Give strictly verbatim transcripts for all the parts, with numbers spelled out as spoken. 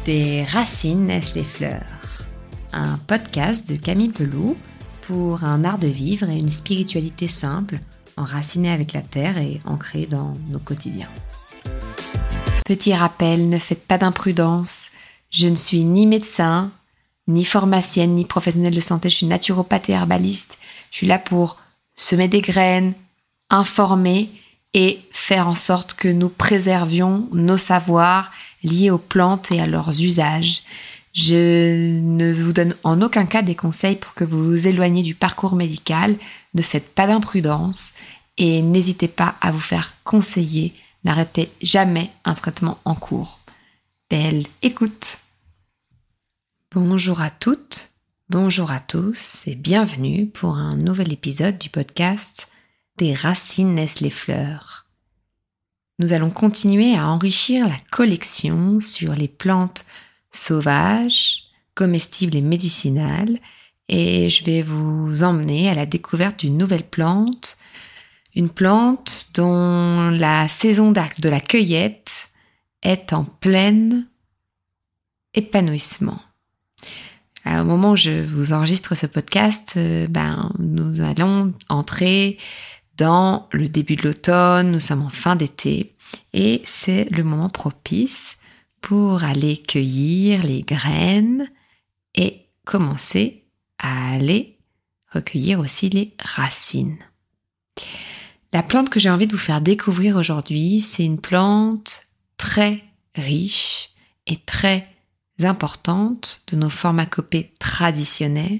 Des racines naissent les fleurs, un podcast de Camille Peloux pour un art de vivre et une spiritualité simple, enracinée avec la terre et ancrée dans nos quotidiens. Petit rappel, ne faites pas d'imprudence, je ne suis ni médecin, ni pharmacienne, ni professionnelle de santé, je suis naturopathe et herbaliste, je suis là pour semer des graines, informer et faire en sorte que nous préservions nos savoirs liés aux plantes et à leurs usages. Je ne vous donne en aucun cas des conseils pour que vous vous éloigniez du parcours médical. Ne faites pas d'imprudence et n'hésitez pas à vous faire conseiller. N'arrêtez jamais un traitement en cours. Belle écoute! Bonjour à toutes, bonjour à tous et bienvenue pour un nouvel épisode du podcast Des racines naissent les fleurs. Nous allons continuer à enrichir la collection sur les plantes sauvages, comestibles et médicinales, et je vais vous emmener à la découverte d'une nouvelle plante, une plante dont la saison de la cueillette est en plein épanouissement. Alors, au moment où je vous enregistre ce podcast, euh, ben, nous allons entrer dans le début de l'automne, nous sommes en fin d'été et c'est le moment propice pour aller cueillir les graines et commencer à aller recueillir aussi les racines. La plante que j'ai envie de vous faire découvrir aujourd'hui, c'est une plante très riche et très importante de nos pharmacopées traditionnelles.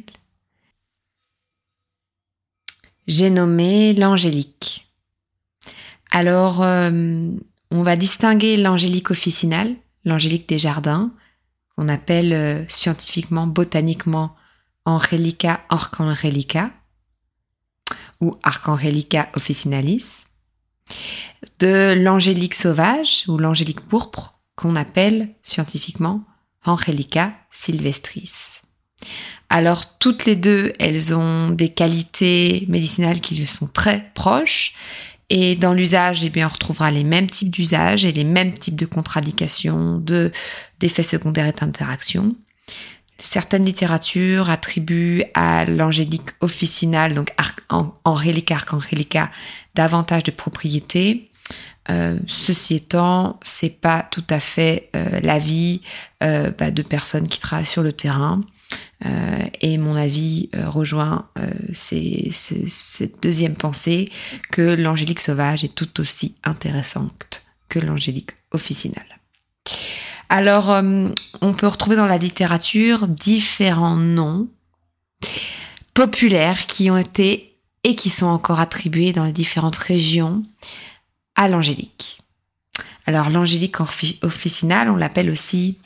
J'ai nommé l'angélique. Alors, euh, on va distinguer l'angélique officinale, l'angélique des jardins, qu'on appelle euh, scientifiquement, botaniquement, Angelica archangelica ou Archangelica officinalis, de l'angélique sauvage ou l'angélique pourpre, qu'on appelle scientifiquement Angelica sylvestris. Alors, toutes les deux, elles ont des qualités médicinales qui sont très proches. Et dans l'usage, eh bien, on retrouvera les mêmes types d'usages et les mêmes types de contre-indications, de, d'effets secondaires et d'interactions. Certaines littératures attribuent à l'angélique officinale, donc Angelica archangelica, davantage de propriétés. Euh, ceci étant, c'est pas tout à fait euh, l'avis euh, bah, de personnes qui travaillent sur le terrain. Euh, et mon avis euh, rejoint euh, ces, ces, cette deuxième pensée que l'angélique sauvage est tout aussi intéressante que l'angélique officinale. Alors, euh, on peut retrouver dans la littérature différents noms populaires qui ont été et qui sont encore attribués dans les différentes régions à l'angélique. Alors, l'angélique officinale, on l'appelle aussi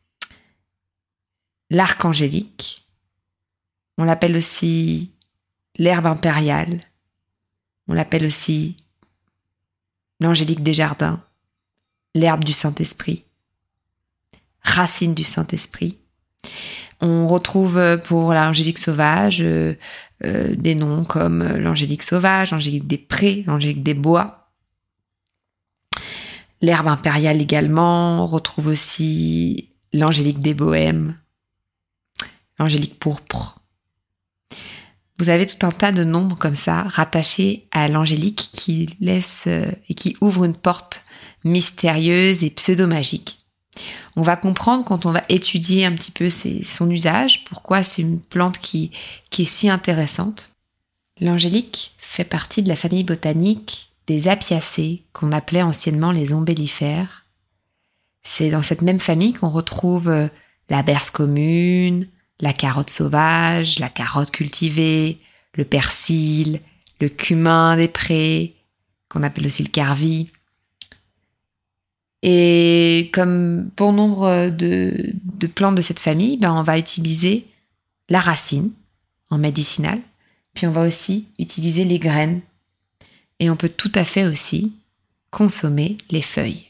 l'archangélique. On l'appelle aussi l'herbe impériale. On l'appelle aussi l'angélique des jardins, l'herbe du Saint-Esprit, racine du Saint-Esprit. On retrouve pour l'angélique sauvage euh, euh, des noms comme l'angélique sauvage, l'angélique des prés, l'angélique des bois. L'herbe impériale également, on retrouve aussi l'angélique des bohèmes, l'angélique pourpre. Vous avez tout un tas de noms comme ça, rattachés à l'angélique qui laisse euh, et qui ouvre une porte mystérieuse et pseudo-magique. On va comprendre quand on va étudier un petit peu ses, son usage, pourquoi c'est une plante qui, qui est si intéressante. L'angélique fait partie de la famille botanique des apiacées, qu'on appelait anciennement les ombellifères. C'est dans cette même famille qu'on retrouve la berce commune, la carotte sauvage, la carotte cultivée, le persil, le cumin des prés, qu'on appelle aussi le carvi. Et comme bon nombre de, de plantes de cette famille, ben on va utiliser la racine en médicinal, puis on va aussi utiliser les graines. Et on peut tout à fait aussi consommer les feuilles.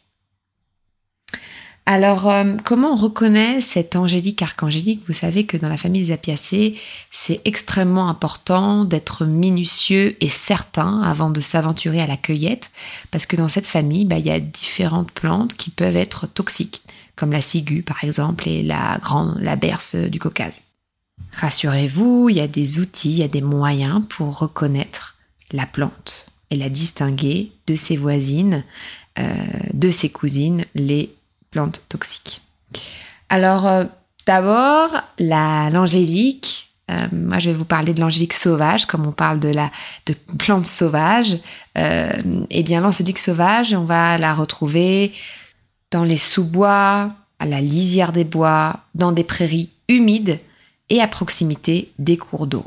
Alors, euh, comment on reconnaît cette angélique archangélique ? Vous savez que dans la famille des apiacées, c'est extrêmement important d'être minutieux et certain avant de s'aventurer à la cueillette, parce que dans cette famille, bah, il y a différentes plantes qui peuvent être toxiques, comme la ciguë par exemple et la grande, la berce du Caucase. Rassurez-vous, il y a des outils, il y a des moyens pour reconnaître la plante et la distinguer de ses voisines, euh, de ses cousines, les plantes toxiques. Alors, euh, d'abord, la, l'angélique. Euh, moi, je vais vous parler de l'angélique sauvage, comme on parle de la de plantes sauvages. Euh, eh bien, l'angélique sauvage, on va la retrouver dans les sous-bois, à la lisière des bois, dans des prairies humides et à proximité des cours d'eau.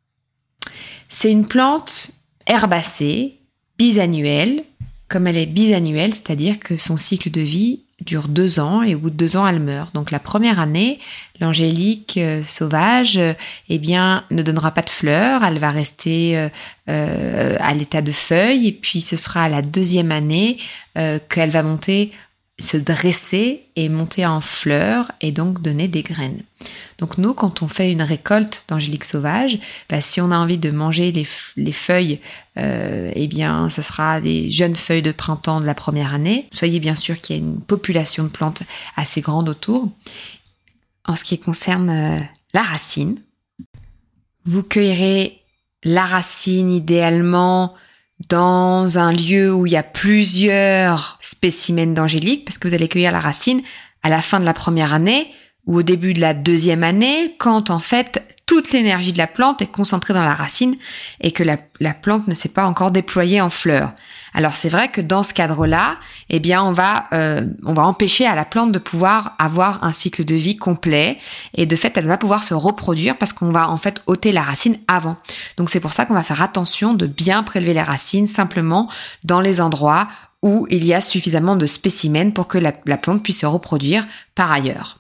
C'est une plante herbacée, bisannuelle. Comme elle est bisannuelle, c'est-à-dire que son cycle de vie dure deux ans et au bout de deux ans, elle meurt. Donc la première année, l'angélique euh, sauvage, euh, eh bien, ne donnera pas de fleurs, elle va rester euh, euh, à l'état de feuilles et puis ce sera à la deuxième année euh, qu'elle va monter, se dresser et monter en fleurs et donc donner des graines. Donc nous, quand on fait une récolte d'angélique sauvage, bah, si on a envie de manger les, les feuilles, euh, eh bien, ce sera les jeunes feuilles de printemps de la première année. Soyez bien sûr qu'il y a une population de plantes assez grande autour. En ce qui concerne euh, la racine, vous cueillerez la racine idéalement dans un lieu où il y a plusieurs spécimens d'angélique, parce que vous allez cueillir la racine à la fin de la première année ou au début de la deuxième année, quand en fait toute l'énergie de la plante est concentrée dans la racine et que la, la plante ne s'est pas encore déployée en fleurs. Alors c'est vrai que dans ce cadre-là, eh bien on va euh, on va empêcher à la plante de pouvoir avoir un cycle de vie complet et de fait elle va pouvoir se reproduire parce qu'on va en fait ôter la racine avant. Donc c'est pour ça qu'on va faire attention de bien prélever les racines simplement dans les endroits où il y a suffisamment de spécimens pour que la, la plante puisse se reproduire par ailleurs.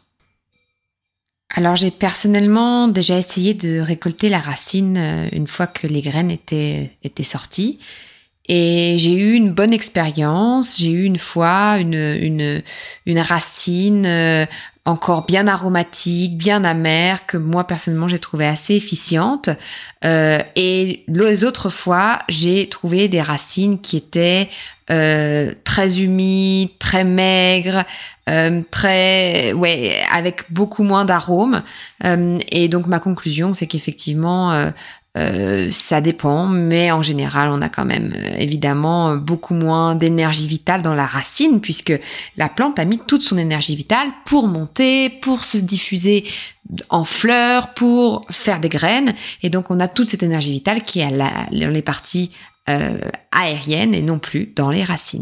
Alors j'ai personnellement déjà essayé de récolter la racine une fois que les graines étaient, étaient sorties et j'ai eu une bonne expérience. J'ai eu une fois une, une, une racine encore bien aromatique, bien amère, que moi personnellement j'ai trouvé assez efficiente. Euh, et les autres fois, j'ai trouvé des racines qui étaient euh, très humides, très maigres, euh, très, ouais, avec beaucoup moins d'arômes. Euh, et donc ma conclusion, c'est qu'effectivement, euh, Euh, ça dépend, mais en général, on a quand même euh, évidemment beaucoup moins d'énergie vitale dans la racine puisque la plante a mis toute son énergie vitale pour monter, pour se diffuser en fleurs, pour faire des graines. Et donc, on a toute cette énergie vitale qui est la, dans les parties euh, aériennes et non plus dans les racines.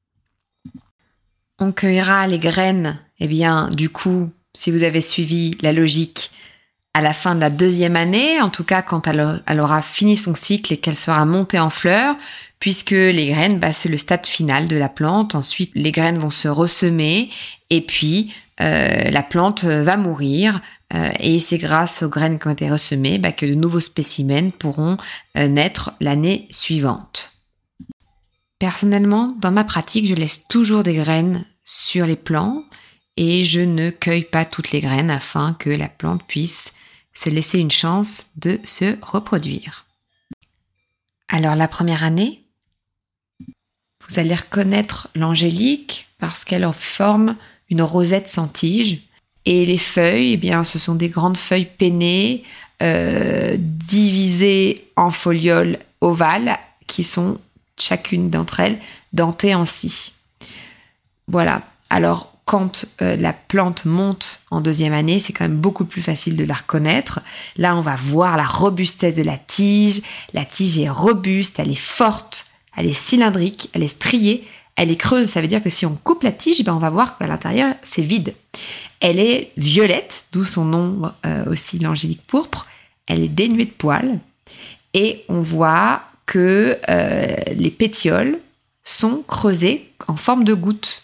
On cueillera les graines, eh bien, du coup, si vous avez suivi la logique, à la fin de la deuxième année, en tout cas quand elle, elle aura fini son cycle et qu'elle sera montée en fleurs, puisque les graines, bah, c'est le stade final de la plante. Ensuite, les graines vont se ressemer et puis euh, la plante va mourir. Euh, et c'est grâce aux graines qui ont été ressemées bah, que de nouveaux spécimens pourront euh, naître l'année suivante. Personnellement, dans ma pratique, je laisse toujours des graines sur les plants et je ne cueille pas toutes les graines afin que la plante puisse se laisser une chance de se reproduire. Alors la première année, vous allez reconnaître l'angélique parce qu'elle forme une rosette sans tige et les feuilles, eh bien, ce sont des grandes feuilles pennées euh, divisées en folioles ovales qui sont chacune d'entre elles dentées en scie. Voilà. Alors quand euh, la plante monte en deuxième année, c'est quand même beaucoup plus facile de la reconnaître. Là, on va voir la robustesse de la tige. La tige est robuste, elle est forte, elle est cylindrique, elle est striée, elle est creuse. Ça veut dire que si on coupe la tige, ben on va voir qu'à l'intérieur, c'est vide. Elle est violette, d'où son nom euh, aussi l'angélique pourpre. Elle est dénuée de poils. Et on voit que euh, les pétioles sont creusés en forme de gouttes.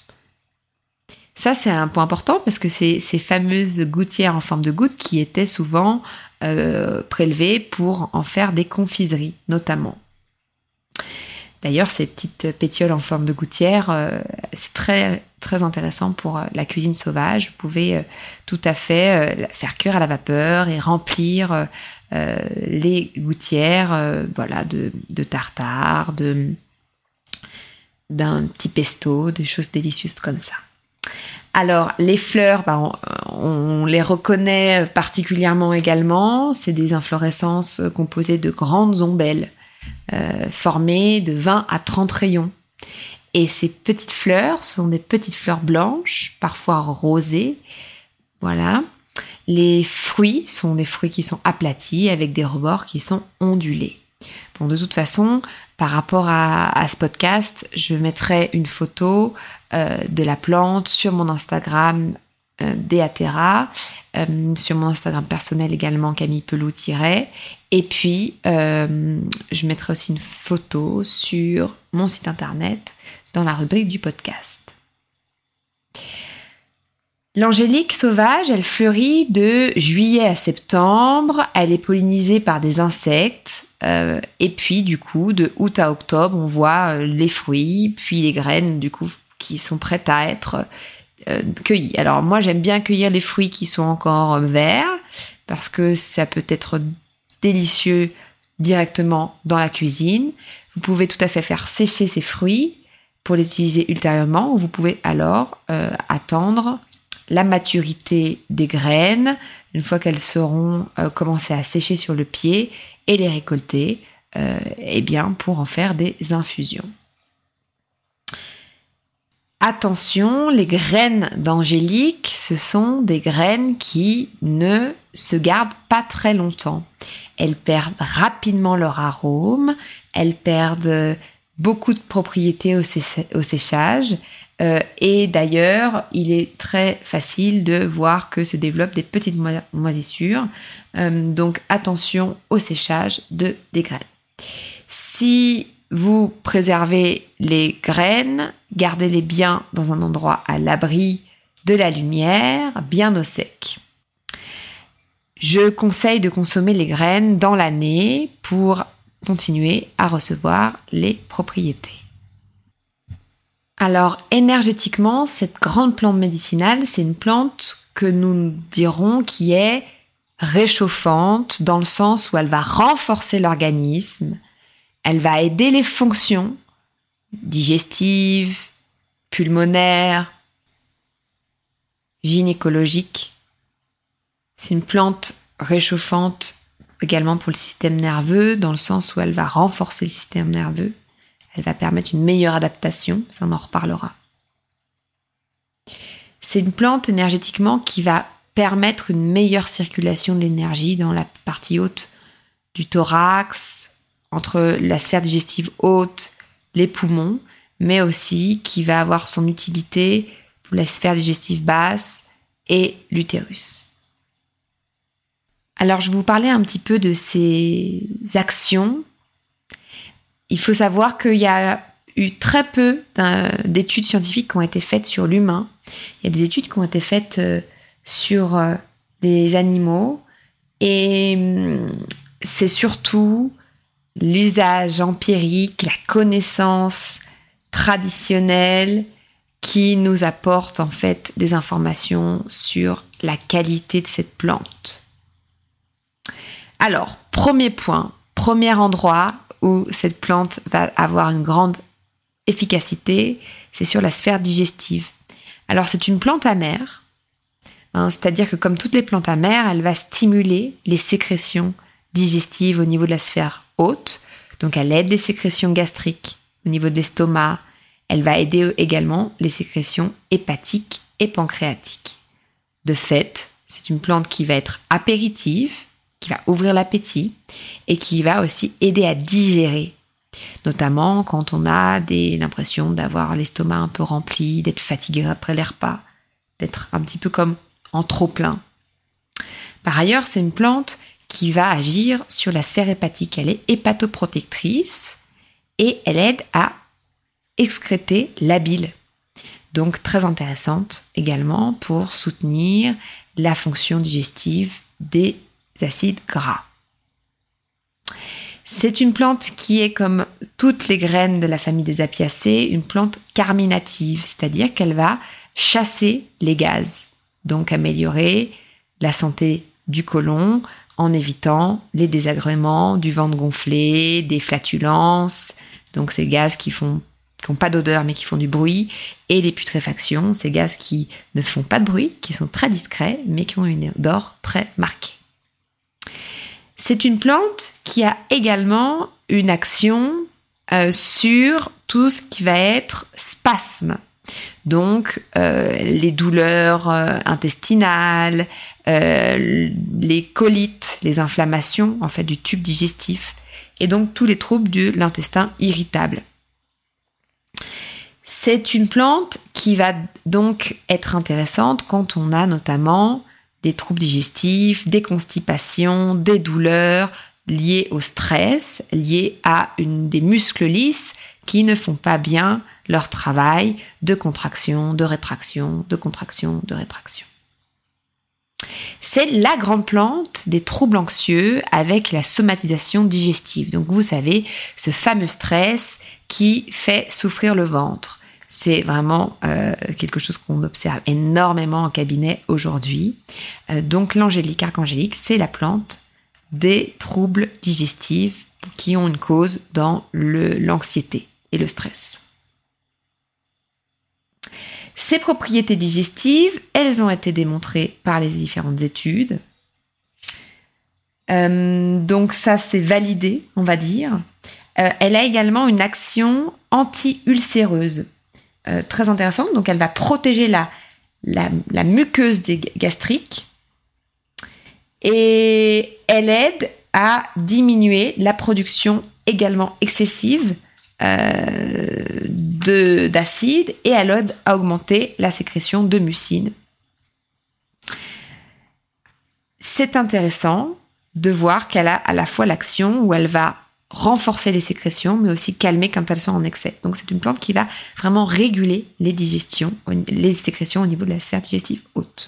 Ça, c'est un point important parce que c'est ces fameuses gouttières en forme de gouttes qui étaient souvent euh, prélevées pour en faire des confiseries, notamment. D'ailleurs, ces petites pétioles en forme de gouttière, euh, c'est très, très intéressant pour euh, la cuisine sauvage. Vous pouvez euh, tout à fait euh, faire cuire à la vapeur et remplir euh, euh, les gouttières euh, voilà, de, de tartare, de, d'un petit pesto, des choses délicieuses comme ça. Alors, les fleurs, bah, on, on les reconnaît particulièrement également. C'est des inflorescences composées de grandes ombelles, euh, formées de vingt à trente rayons. Et ces petites fleurs sont des petites fleurs blanches, parfois rosées. Voilà. Les fruits sont des fruits qui sont aplatis avec des rebords qui sont ondulés. Bon, de toute façon, par rapport à, à ce podcast, je mettrai une photo euh, de la plante sur mon Instagram euh, Deaterra, euh, sur mon Instagram personnel également Camille Pelou tiret, et puis euh, je mettrai aussi une photo sur mon site internet dans la rubrique du podcast. L'angélique sauvage, elle fleurit de juillet à septembre, elle est pollinisée par des insectes, euh, et puis du coup, de août à octobre, on voit euh, les fruits, puis les graines du coup qui sont prêtes à être euh, cueillies. Alors moi, j'aime bien cueillir les fruits qui sont encore verts, parce que ça peut être délicieux directement dans la cuisine. Vous pouvez tout à fait faire sécher ces fruits pour les utiliser ultérieurement, ou vous pouvez alors euh, attendre la maturité des graines, une fois qu'elles seront euh, commencées à sécher sur le pied, et les récolter euh, eh bien, pour en faire des infusions. Attention, les graines d'angélique, ce sont des graines qui ne se gardent pas très longtemps. Elles perdent rapidement leur arôme, elles perdent beaucoup de propriétés au, sé- au séchage, Euh, et d'ailleurs, il est très facile de voir que se développent des petites mo- moisissures. Euh, donc, attention au séchage de, des graines. Si vous préservez les graines, gardez-les bien dans un endroit à l'abri de la lumière, bien au sec. Je conseille de consommer les graines dans l'année pour continuer à recevoir les propriétés. Alors, énergétiquement, cette grande plante médicinale, c'est une plante que nous dirons qui est réchauffante dans le sens où elle va renforcer l'organisme, elle va aider les fonctions digestives, pulmonaires, gynécologiques. C'est une plante réchauffante également pour le système nerveux, dans le sens où elle va renforcer le système nerveux. Elle va permettre une meilleure adaptation, ça on en reparlera. C'est une plante énergétiquement qui va permettre une meilleure circulation de l'énergie dans la partie haute du thorax, entre la sphère digestive haute, les poumons, mais aussi qui va avoir son utilité pour la sphère digestive basse et l'utérus. Alors je vais vous parler un petit peu de ces actions. Il faut savoir qu'il y a eu très peu d'études scientifiques qui ont été faites sur l'humain. Il y a des études qui ont été faites sur les animaux et c'est surtout l'usage empirique, la connaissance traditionnelle qui nous apporte en fait des informations sur la qualité de cette plante. Alors, premier point, premier endroit où cette plante va avoir une grande efficacité, c'est sur la sphère digestive. Alors c'est une plante amère, hein, c'est-à-dire que comme toutes les plantes amères, elle va stimuler les sécrétions digestives au niveau de la sphère haute, donc elle aide les sécrétions gastriques au niveau de l'estomac, elle va aider également les sécrétions hépatiques et pancréatiques. De fait, c'est une plante qui va être apéritive, qui va ouvrir l'appétit et qui va aussi aider à digérer, notamment quand on a des, l'impression d'avoir l'estomac un peu rempli, d'être fatigué après les repas, d'être un petit peu comme en trop-plein. Par ailleurs, c'est une plante qui va agir sur la sphère hépatique. Elle est hépatoprotectrice et elle aide à excréter la bile. Donc très intéressante également pour soutenir la fonction digestive des acides gras. C'est une plante qui est, comme toutes les graines de la famille des Apiacées, une plante carminative, c'est-à-dire qu'elle va chasser les gaz, donc améliorer la santé du côlon en évitant les désagréments du ventre gonflé, des flatulences, donc ces gaz qui font qui n'ont pas d'odeur mais qui font du bruit, et les putréfactions, ces gaz qui ne font pas de bruit, qui sont très discrets mais qui ont une odeur très marquée. C'est une plante qui a également une action euh, sur tout ce qui va être spasme. Donc, euh, les douleurs euh, intestinales, euh, les colites, les inflammations en fait du tube digestif, et donc tous les troubles de l'intestin irritable. C'est une plante qui va donc être intéressante quand on a notamment des troubles digestifs, des constipations, des douleurs liées au stress, liées à une, des muscles lisses qui ne font pas bien leur travail de contraction, de rétraction, de contraction, de rétraction. C'est la grande plante des troubles anxieux avec la somatisation digestive. Donc vous savez, ce fameux stress qui fait souffrir le ventre. C'est vraiment euh, quelque chose qu'on observe énormément en cabinet aujourd'hui. Euh, donc l'angélique archangélique, c'est la plante des troubles digestifs qui ont une cause dans le, l'anxiété et le stress. Ces propriétés digestives, elles ont été démontrées par les différentes études. Euh, donc ça, c'est validé, on va dire. Euh, elle a également une action anti-ulcéreuse, euh, très intéressante. Donc elle va protéger la, la, la muqueuse des gastriques et elle aide à diminuer la production également excessive Euh, de, d'acide et elle aide à augmenter la sécrétion de mucine. C'est intéressant de voir qu'elle a à la fois l'action où elle va renforcer les sécrétions mais aussi calmer quand elles sont en excès. Donc c'est une plante qui va vraiment réguler les digestions, les sécrétions au niveau de la sphère digestive haute.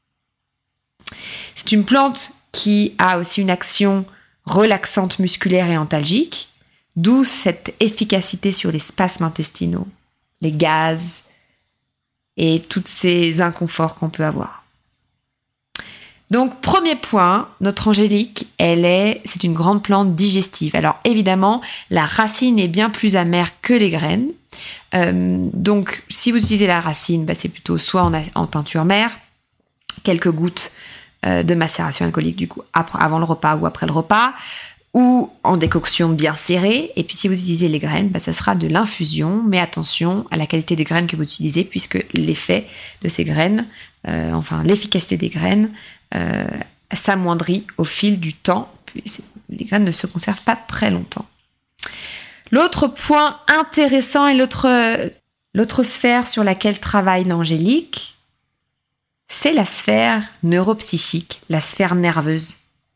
C'est une plante qui a aussi une action relaxante musculaire et antalgique. D'où cette efficacité sur les spasmes intestinaux, les gaz et tous ces inconforts qu'on peut avoir. Donc, premier point, notre angélique, elle est, c'est une grande plante digestive. Alors, évidemment, la racine est bien plus amère que les graines. Euh, donc, si vous utilisez la racine, bah, c'est plutôt soit en, en teinture mère, quelques gouttes euh, de macération alcoolique, du coup, après, avant le repas ou après le repas, ou en décoction bien serrée. Et puis si vous utilisez les graines, bah, ça sera de l'infusion, mais attention à la qualité des graines que vous utilisez, puisque l'effet de ces graines, euh, enfin l'efficacité des graines, euh, s'amoindrit au fil du temps. Puis les graines ne se conservent pas très longtemps. L'autre point intéressant et l'autre, l'autre sphère sur laquelle travaille l'angélique, c'est la sphère neuropsychique, la sphère nerveuse.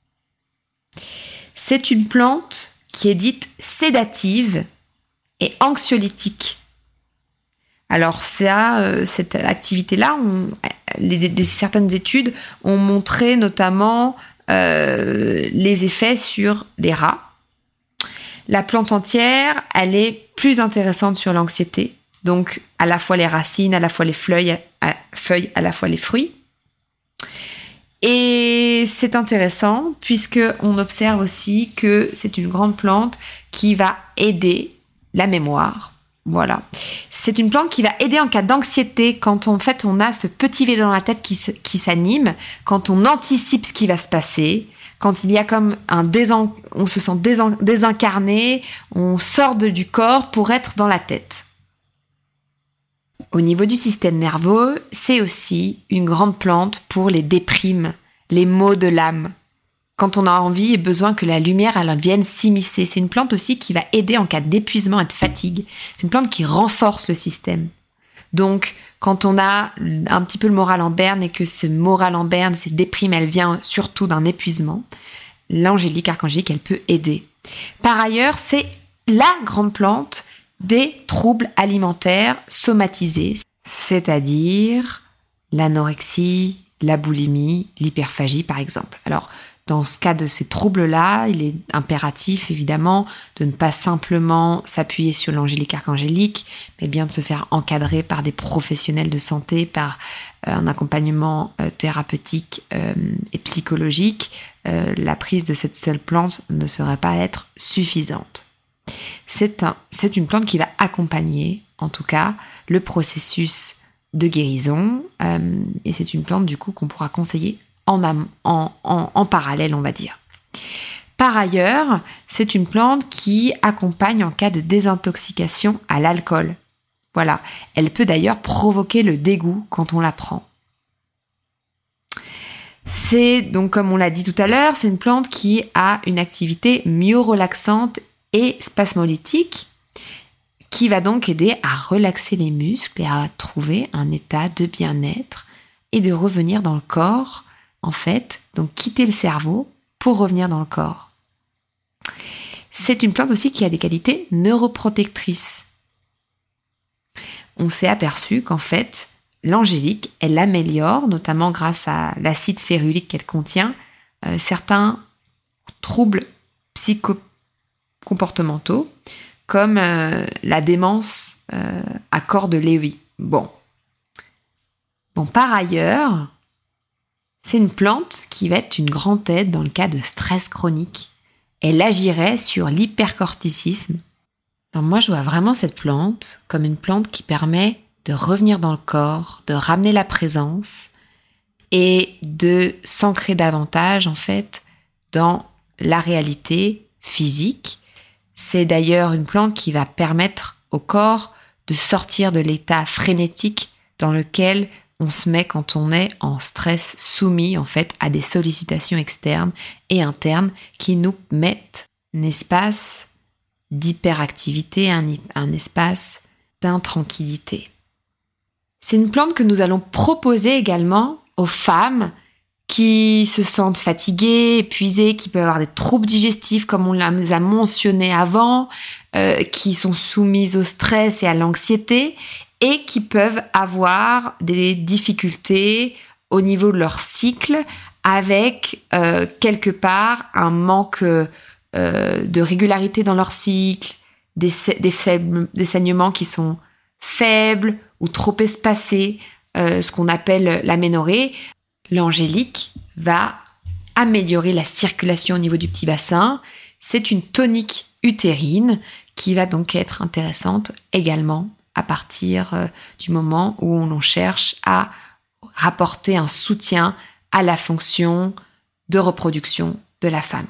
C'est une plante qui est dite sédative et anxiolytique. Alors ça, euh, cette activité-là, on, les, les, certaines études ont montré notamment euh, les effets sur les rats. La plante entière, elle est plus intéressante sur l'anxiété. Donc à la fois les racines, à la fois les feuilles, à, feuilles, à la fois les fruits. Et c'est intéressant puisqu'on observe aussi que c'est une grande plante qui va aider la mémoire. Voilà. C'est une plante qui va aider en cas d'anxiété quand en fait on a ce petit vélo dans la tête qui, qui s'anime, quand on anticipe ce qui va se passer, quand il y a comme un désen... on se sent désen... désincarné, on sort de, du corps pour être dans la tête. Au niveau du système nerveux, c'est aussi une grande plante pour les déprimes, les maux de l'âme. Quand on a envie et besoin que la lumière elle vienne s'immiscer. C'est une plante aussi qui va aider en cas d'épuisement et de fatigue. C'est une plante qui renforce le système. Donc, quand on a un petit peu le moral en berne et que ce moral en berne, cette déprime, elle vient surtout d'un épuisement, l'angélique archangélique, elle peut aider. Par ailleurs, c'est la grande plante des troubles alimentaires somatisés, c'est-à-dire l'anorexie, la boulimie, l'hyperphagie par exemple. Alors, dans ce cas de ces troubles-là, il est impératif évidemment de ne pas simplement s'appuyer sur l'angélique archangélique, mais bien de se faire encadrer par des professionnels de santé, par euh, un accompagnement euh, thérapeutique euh, et psychologique. Euh, la prise de cette seule plante ne saurait pas être suffisante. c'est, un, c'est une plante qui va accompagner, en tout cas, le processus de guérison. Euh, et c'est une plante, du coup, qu'on pourra conseiller en, en, en, en parallèle, on va dire. Par ailleurs, c'est une plante qui accompagne en cas de désintoxication à l'alcool. Voilà, elle peut d'ailleurs provoquer le dégoût quand on la prend. C'est donc, comme on l'a dit tout à l'heure, c'est une plante qui a une activité myorelaxante et spasmolytique qui va donc aider à relaxer les muscles et à trouver un état de bien-être et de revenir dans le corps, en fait, donc quitter le cerveau pour revenir dans le corps. C'est une plante aussi qui a des qualités neuroprotectrices. On s'est aperçu qu'en fait, l'angélique, elle améliore, notamment grâce à l'acide férulique qu'elle contient, euh, certains troubles psychocomportementaux, comme euh, la démence euh, à corps de Léwy. Bon. Bon, par ailleurs, c'est une plante qui va être une grande aide dans le cas de stress chronique. Elle agirait sur l'hypercorticisme. Alors moi, je vois vraiment cette plante comme une plante qui permet de revenir dans le corps, de ramener la présence et de s'ancrer davantage, en fait, dans la réalité physique. C'est d'ailleurs une plante qui va permettre au corps de sortir de l'état frénétique dans lequel on se met quand on est en stress, soumis en fait à des sollicitations externes et internes qui nous mettent un espace d'hyperactivité, un, un espace d'intranquillité. C'est une plante que nous allons proposer également aux femmes qui se sentent fatiguées, épuisées, qui peuvent avoir des troubles digestifs comme on les a mentionnés avant, euh, qui sont soumises au stress et à l'anxiété et qui peuvent avoir des difficultés au niveau de leur cycle avec euh, quelque part un manque euh, de régularité dans leur cycle, des, des, faibles, des saignements qui sont faibles ou trop espacés, euh, ce qu'on appelle l'aménorrhée. L'angélique va améliorer la circulation au niveau du petit bassin. C'est une tonique utérine qui va donc être intéressante également à partir euh, du moment où on cherche à rapporter un soutien à la fonction de reproduction de la femme.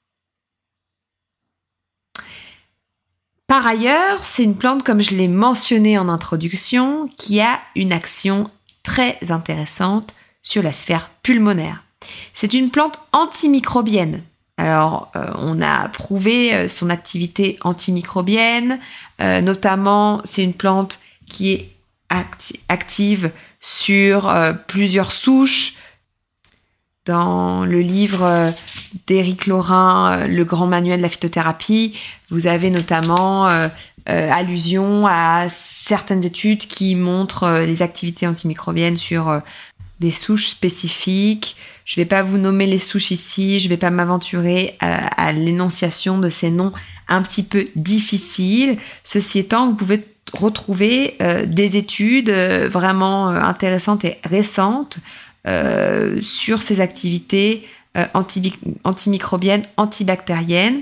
Par ailleurs, c'est une plante, comme je l'ai mentionné en introduction, qui a une action très intéressante sur la sphère pulmonaire. C'est une plante antimicrobienne. Alors, euh, on a prouvé son activité antimicrobienne, euh, notamment c'est une plante qui est acti- active sur euh, plusieurs souches. Dans le livre euh, d'Éric Laurin, euh, Le grand manuel de la phytothérapie, vous avez notamment euh, euh, allusion à certaines études qui montrent euh, les activités antimicrobiennes sur euh, des souches spécifiques. Je ne vais pas vous nommer les souches ici, je ne vais pas m'aventurer à, à l'énonciation de ces noms un petit peu difficiles. Ceci étant, vous pouvez retrouver euh, des études euh, vraiment euh, intéressantes et récentes euh, sur ces activités euh, anti- antimicrobiennes, antibactériennes.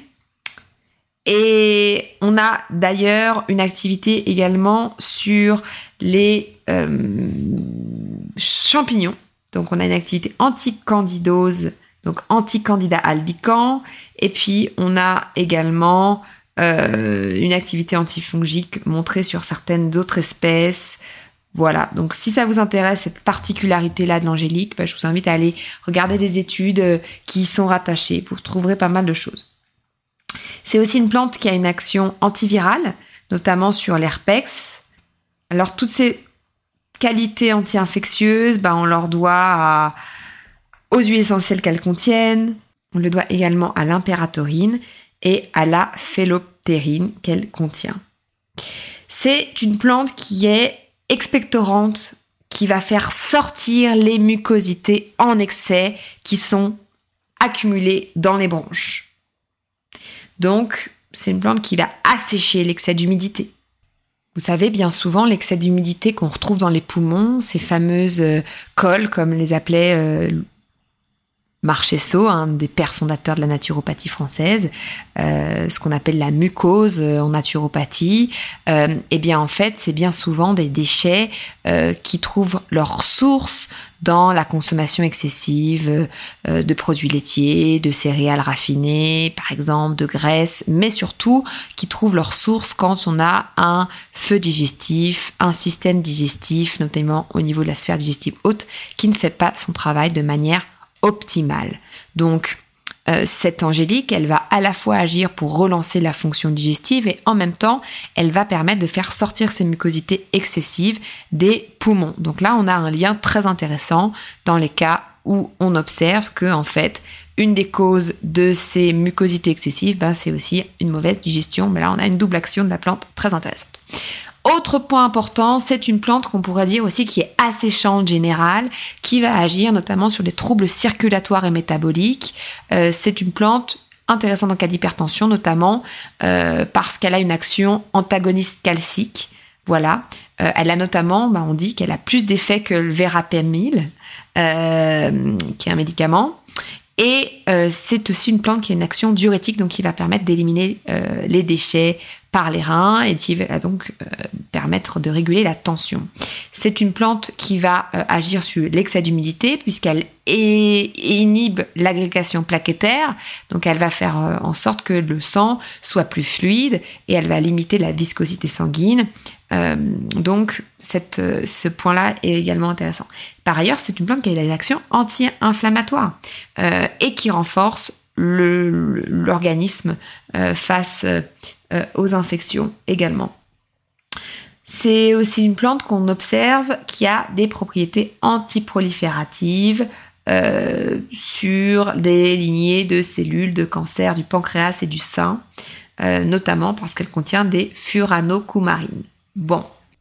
Et on a d'ailleurs une activité également sur les euh, champignons. Donc on a une activité anti-candidose, donc anti-candida albicans. Et puis on a également euh, une activité antifongique montrée sur certaines autres espèces. Voilà, donc si ça vous intéresse, cette particularité-là de l'angélique, bah, je vous invite à aller regarder des études qui y sont rattachées. Vous trouverez pas mal de choses. C'est aussi une plante qui a une action antivirale, notamment sur l'herpès. Alors, toutes ces qualités anti-infectieuses, bah, on leur doit à, aux huiles essentielles qu'elles contiennent. On le doit également à l'impératorine et à la phéloptérine qu'elle contient. C'est une plante qui est expectorante, qui va faire sortir les mucosités en excès qui sont accumulées dans les bronches. Donc, c'est une plante qui va assécher l'excès d'humidité. Vous savez, bien souvent, l'excès d'humidité qu'on retrouve dans les poumons, ces fameuses euh, colles, comme les appelait euh, Marchesso, un des pères fondateurs de la naturopathie française, euh, ce qu'on appelle la mucose en naturopathie, euh, et bien en fait c'est bien souvent des déchets euh, qui trouvent leur source dans la consommation excessive euh, de produits laitiers, de céréales raffinées, par exemple, de graisse, mais surtout qui trouvent leur source quand on a un feu digestif, un système digestif, notamment au niveau de la sphère digestive haute, qui ne fait pas son travail de manière optimale. Donc, euh, cette angélique, elle va à la fois agir pour relancer la fonction digestive et en même temps, elle va permettre de faire sortir ces mucosités excessives des poumons. Donc là, on a un lien très intéressant dans les cas où on observe que, en fait, une des causes de ces mucosités excessives, ben, c'est aussi une mauvaise digestion. Mais là, on a une double action de la plante très intéressante. Autre point important, c'est une plante qu'on pourrait dire aussi qui est asséchante générale, qui va agir notamment sur les troubles circulatoires et métaboliques. Euh, c'est une plante intéressante en cas d'hypertension, notamment euh, parce qu'elle a une action antagoniste calcique. Voilà. Euh, elle a notamment, bah, on dit qu'elle a plus d'effet que le verapamil, euh, qui est un médicament. Et euh, c'est aussi une plante qui a une action diurétique, donc qui va permettre d'éliminer euh, les déchets par les reins et qui va donc euh, permettre de réguler la tension. C'est une plante qui va euh, agir sur l'excès d'humidité puisqu'elle é- inhibe l'agrégation plaquettaire, donc elle va faire euh, en sorte que le sang soit plus fluide et elle va limiter la viscosité sanguine. Euh, donc cette, euh, ce point-là est également intéressant. Par ailleurs, c'est une plante qui a des actions anti-inflammatoires euh, et qui renforce le, le, l'organisme euh, face euh, aux infections également. C'est aussi une plante qu'on observe qui a des propriétés antiprolifératives euh, sur des lignées de cellules de cancer du pancréas et du sein, euh, notamment parce qu'elle contient des furanocoumarines. Bon,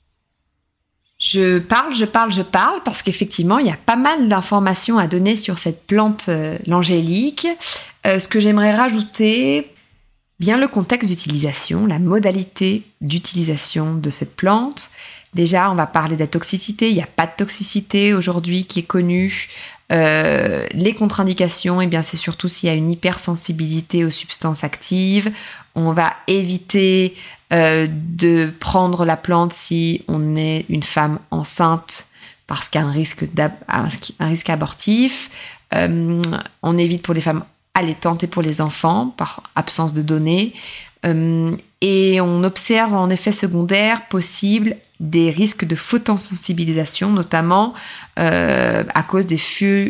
je parle, je parle, je parle, parce qu'effectivement, il y a pas mal d'informations à donner sur cette plante, euh, l'angélique. Euh, ce que j'aimerais rajouter, bien le contexte d'utilisation, la modalité d'utilisation de cette plante. Déjà, on va parler de la toxicité. Il n'y a pas de toxicité aujourd'hui qui est connue. Euh, les contre-indications, eh bien, c'est surtout s'il y a une hypersensibilité aux substances actives. On va éviter euh, de prendre la plante si on est une femme enceinte parce qu'il y a un risque, un risque abortif. Euh, on évite pour les femmes allaitantes et pour les enfants par absence de données. Euh, et on observe en effet secondaire possible des risques de photosensibilisation, notamment euh, à cause des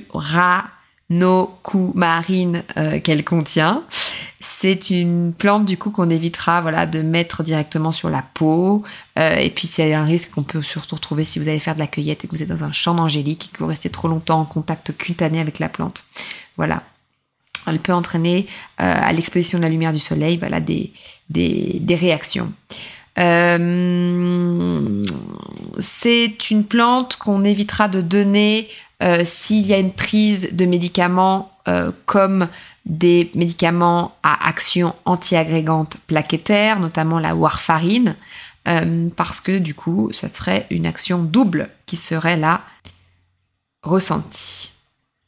furanocoumarines euh, qu'elle contient. C'est une plante du coup qu'on évitera voilà, de mettre directement sur la peau. Euh, et puis c'est un risque qu'on peut surtout retrouver si vous allez faire de la cueillette et que vous êtes dans un champ d'angélique et que vous restez trop longtemps en contact cutané avec la plante. Voilà. Elle peut entraîner euh, à l'exposition de la lumière du soleil voilà, des, des, des réactions. Euh, c'est une plante qu'on évitera de donner euh, s'il y a une prise de médicaments euh, comme des médicaments à action anti-agrégante plaquettaire, notamment la warfarine, euh, parce que du coup, ça serait une action double qui serait là ressentie.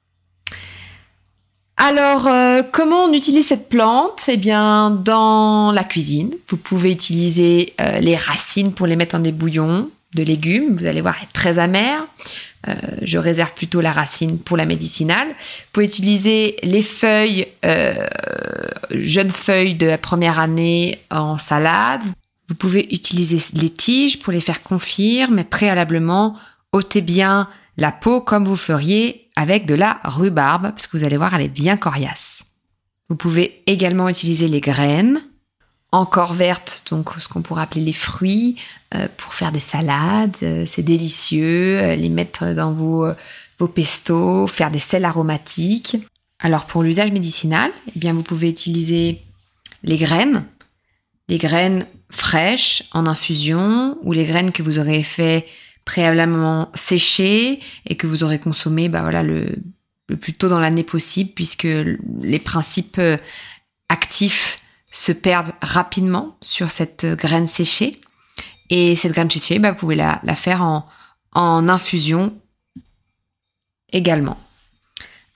Alors, euh, comment on utilise cette plante ? Eh bien, dans la cuisine, vous pouvez utiliser euh, les racines pour les mettre dans des bouillons de légumes. Vous allez voir, elle est très amère. Euh, je réserve plutôt la racine pour la médicinale. Vous pouvez utiliser les feuilles, euh, jeunes feuilles de la première année en salade. Vous pouvez utiliser les tiges pour les faire confire, mais préalablement, ôtez bien la peau comme vous feriez avec de la rhubarbe, parce que vous allez voir, elle est bien coriace. Vous pouvez également utiliser les graines, encore vertes, donc ce qu'on pourrait appeler les fruits, euh, pour faire des salades. Euh, c'est délicieux, euh, les mettre dans vos, euh, vos pestos, faire des sels aromatiques. Alors pour l'usage médicinal, eh bien vous pouvez utiliser les graines, les graines fraîches en infusion, ou les graines que vous aurez fait préalablement séché et que vous aurez consommé bah voilà, le, le plus tôt dans l'année possible, puisque les principes actifs se perdent rapidement sur cette graine séchée. Et cette graine séchée, bah, vous pouvez la, la faire en, en infusion également.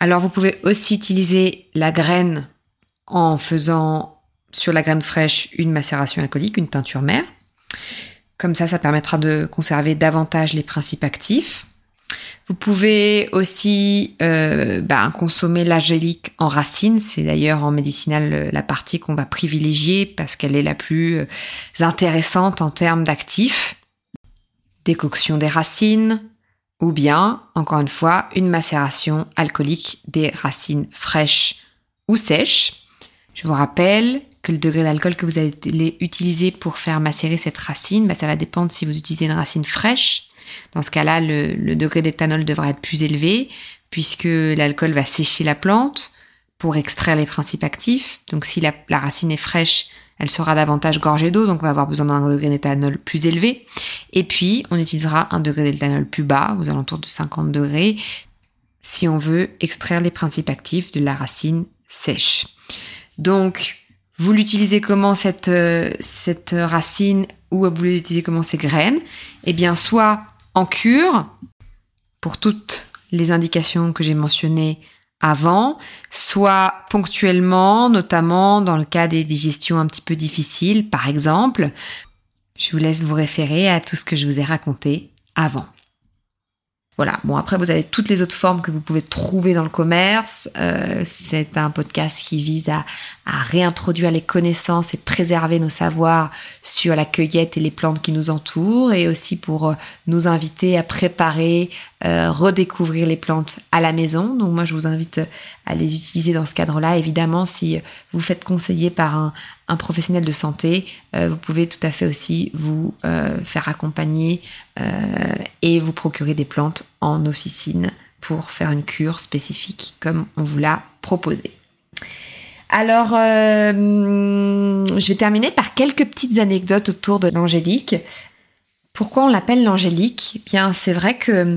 Alors vous pouvez aussi utiliser la graine en faisant sur la graine fraîche une macération alcoolique, une teinture mère. Comme ça, ça permettra de conserver davantage les principes actifs. Vous pouvez aussi euh, bah, consommer l'angélique en racine. C'est d'ailleurs en médicinal la partie qu'on va privilégier parce qu'elle est la plus intéressante en termes d'actifs. Décoction des racines ou bien, encore une fois, une macération alcoolique des racines fraîches ou sèches. Je vous rappelle que le degré d'alcool que vous allez utiliser pour faire macérer cette racine, bah, ça va dépendre si vous utilisez une racine fraîche. Dans ce cas-là, le, le degré d'éthanol devra être plus élevé puisque l'alcool va sécher la plante pour extraire les principes actifs. Donc si la, la racine est fraîche, elle sera davantage gorgée d'eau, donc on va avoir besoin d'un degré d'éthanol plus élevé. Et puis, on utilisera un degré d'éthanol plus bas, aux alentours de cinquante degrés, si on veut extraire les principes actifs de la racine sèche. Donc, vous l'utilisez comment cette, euh, cette racine ou vous l'utilisez comment ces graines ? Eh bien, soit en cure, pour toutes les indications que j'ai mentionnées avant, soit ponctuellement, notamment dans le cas des digestions un petit peu difficiles, par exemple. Je vous laisse vous référer à tout ce que je vous ai raconté avant. Voilà, bon après vous avez toutes les autres formes que vous pouvez trouver dans le commerce. Euh, c'est un podcast qui vise à, à réintroduire les connaissances et préserver nos savoirs sur la cueillette et les plantes qui nous entourent et aussi pour euh, nous inviter à préparer, euh, redécouvrir les plantes à la maison. Donc moi je vous invite à les utiliser dans ce cadre-là. Évidemment, si vous faites conseiller par un, un professionnel de santé, euh, vous pouvez tout à fait aussi vous euh, faire accompagner euh, et vous procurer des plantes en officine pour faire une cure spécifique comme on vous l'a proposé. Alors, euh, je vais terminer par quelques petites anecdotes autour de l'angélique. Pourquoi on l'appelle l'angélique ? Eh bien, c'est vrai que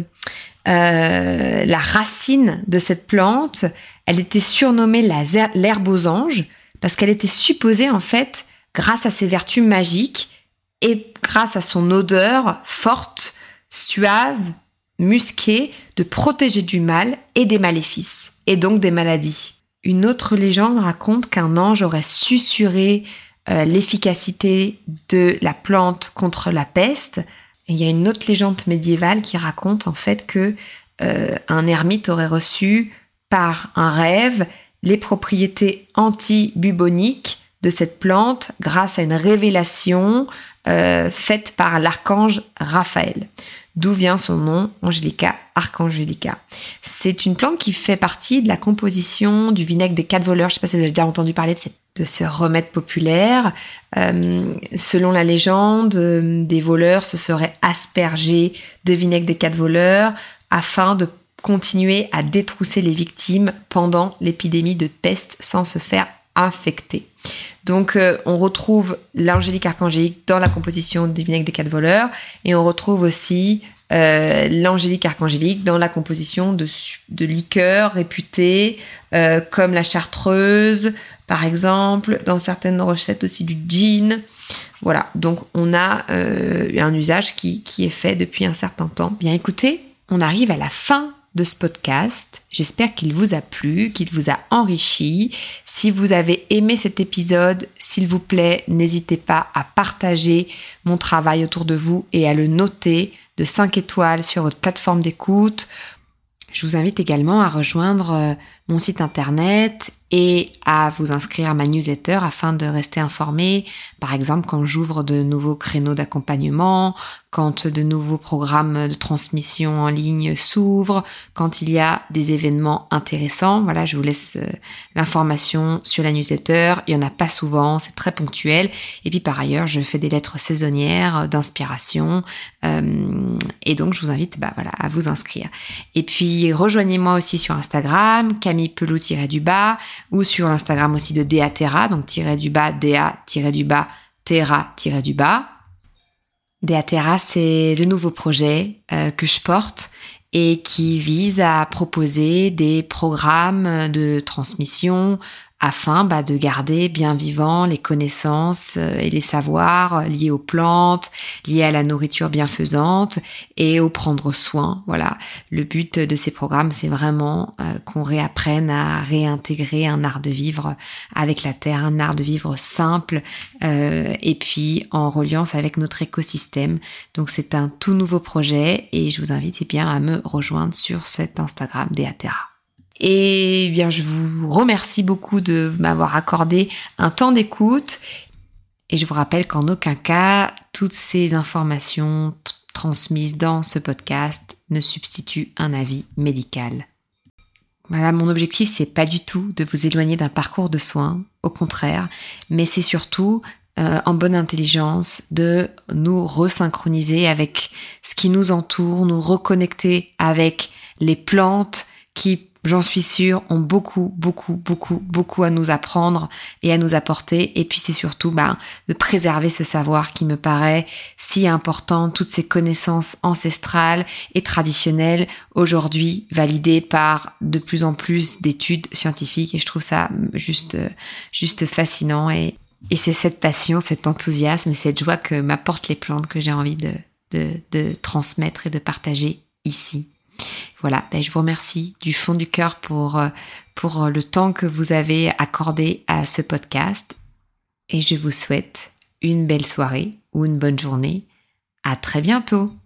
euh, la racine de cette plante, elle était surnommée la, l'herbe aux anges parce qu'elle était supposée, en fait, grâce à ses vertus magiques et grâce à son odeur forte, suave, musquée, de protéger du mal et des maléfices, et donc des maladies. Une autre légende raconte qu'un ange aurait susurré euh, l'efficacité de la plante contre la peste. Et il y a une autre légende médiévale qui raconte en fait que euh, un ermite aurait reçu par un rêve les propriétés anti-buboniques de cette plante grâce à une révélation euh, faite par l'archange Raphaël. D'où vient son nom, Angelica archangelica. C'est une plante qui fait partie de la composition du vinaigre des quatre voleurs. Je ne sais pas si vous avez déjà entendu parler de, cette, de ce remède populaire. Euh, selon la légende, euh, des voleurs se seraient aspergés de vinaigre des quatre voleurs afin de continuer à détrousser les victimes pendant l'épidémie de peste sans se faire infecter. Donc euh, on retrouve l'angélique archangélique dans la composition des vinaigres des quatre voleurs et on retrouve aussi euh, l'angélique archangélique dans la composition de, de liqueurs réputées euh, comme la chartreuse par exemple, dans certaines recettes aussi du gin. Voilà, donc on a euh, un usage qui, qui est fait depuis un certain temps. Bien écoutez, on arrive à la fin de ce podcast. J'espère qu'il vous a plu, qu'il vous a enrichi. Si vous avez aimé cet épisode, s'il vous plaît, n'hésitez pas à partager mon travail autour de vous et à le noter de cinq étoiles sur votre plateforme d'écoute. Je vous invite également à rejoindre mon site internet et à vous inscrire à ma newsletter afin de rester informé, par exemple quand j'ouvre de nouveaux créneaux d'accompagnement, quand de nouveaux programmes de transmission en ligne s'ouvrent, quand il y a des événements intéressants. Voilà, je vous laisse l'information sur la newsletter. Il y en a pas souvent, c'est très ponctuel. Et puis par ailleurs, je fais des lettres saisonnières d'inspiration euh, et donc je vous invite bah, voilà, à vous inscrire. Et puis rejoignez-moi aussi sur Instagram, Camille Pelou-du-bas, ou sur l'Instagram aussi de Dea Terra, donc tiré du bas, Dea tiré du bas, Terra tiré du bas. Dea Terra, c'est le nouveau projet euh, que je porte et qui vise à proposer des programmes de transmission afin bah, de garder bien vivants les connaissances et les savoirs liés aux plantes, liés à la nourriture bienfaisante et au prendre soin. Voilà, le but de ces programmes, c'est vraiment euh, qu'on réapprenne à réintégrer un art de vivre avec la terre, un art de vivre simple euh, et puis en reliance avec notre écosystème. Donc c'est un tout nouveau projet et je vous invite eh bien à me rejoindre sur cet Instagram Deaterra. Et bien, je vous remercie beaucoup de m'avoir accordé un temps d'écoute. Et je vous rappelle qu'en aucun cas, toutes ces informations t- transmises dans ce podcast ne substituent un avis médical. Voilà, mon objectif, c'est pas du tout de vous éloigner d'un parcours de soins, au contraire, mais c'est surtout euh, en bonne intelligence de nous resynchroniser avec ce qui nous entoure, nous reconnecter avec les plantes qui, j'en suis sûre, ont beaucoup, beaucoup, beaucoup, beaucoup à nous apprendre et à nous apporter. Et puis c'est surtout bah, de préserver ce savoir qui me paraît si important, toutes ces connaissances ancestrales et traditionnelles, aujourd'hui validées par de plus en plus d'études scientifiques. Et je trouve ça juste, juste fascinant. Et, et c'est cette passion, cet enthousiasme et cette joie que m'apportent les plantes que j'ai envie de, de, de transmettre et de partager ici. Voilà, ben je vous remercie du fond du cœur pour, pour le temps que vous avez accordé à ce podcast et je vous souhaite une belle soirée ou une bonne journée. À très bientôt.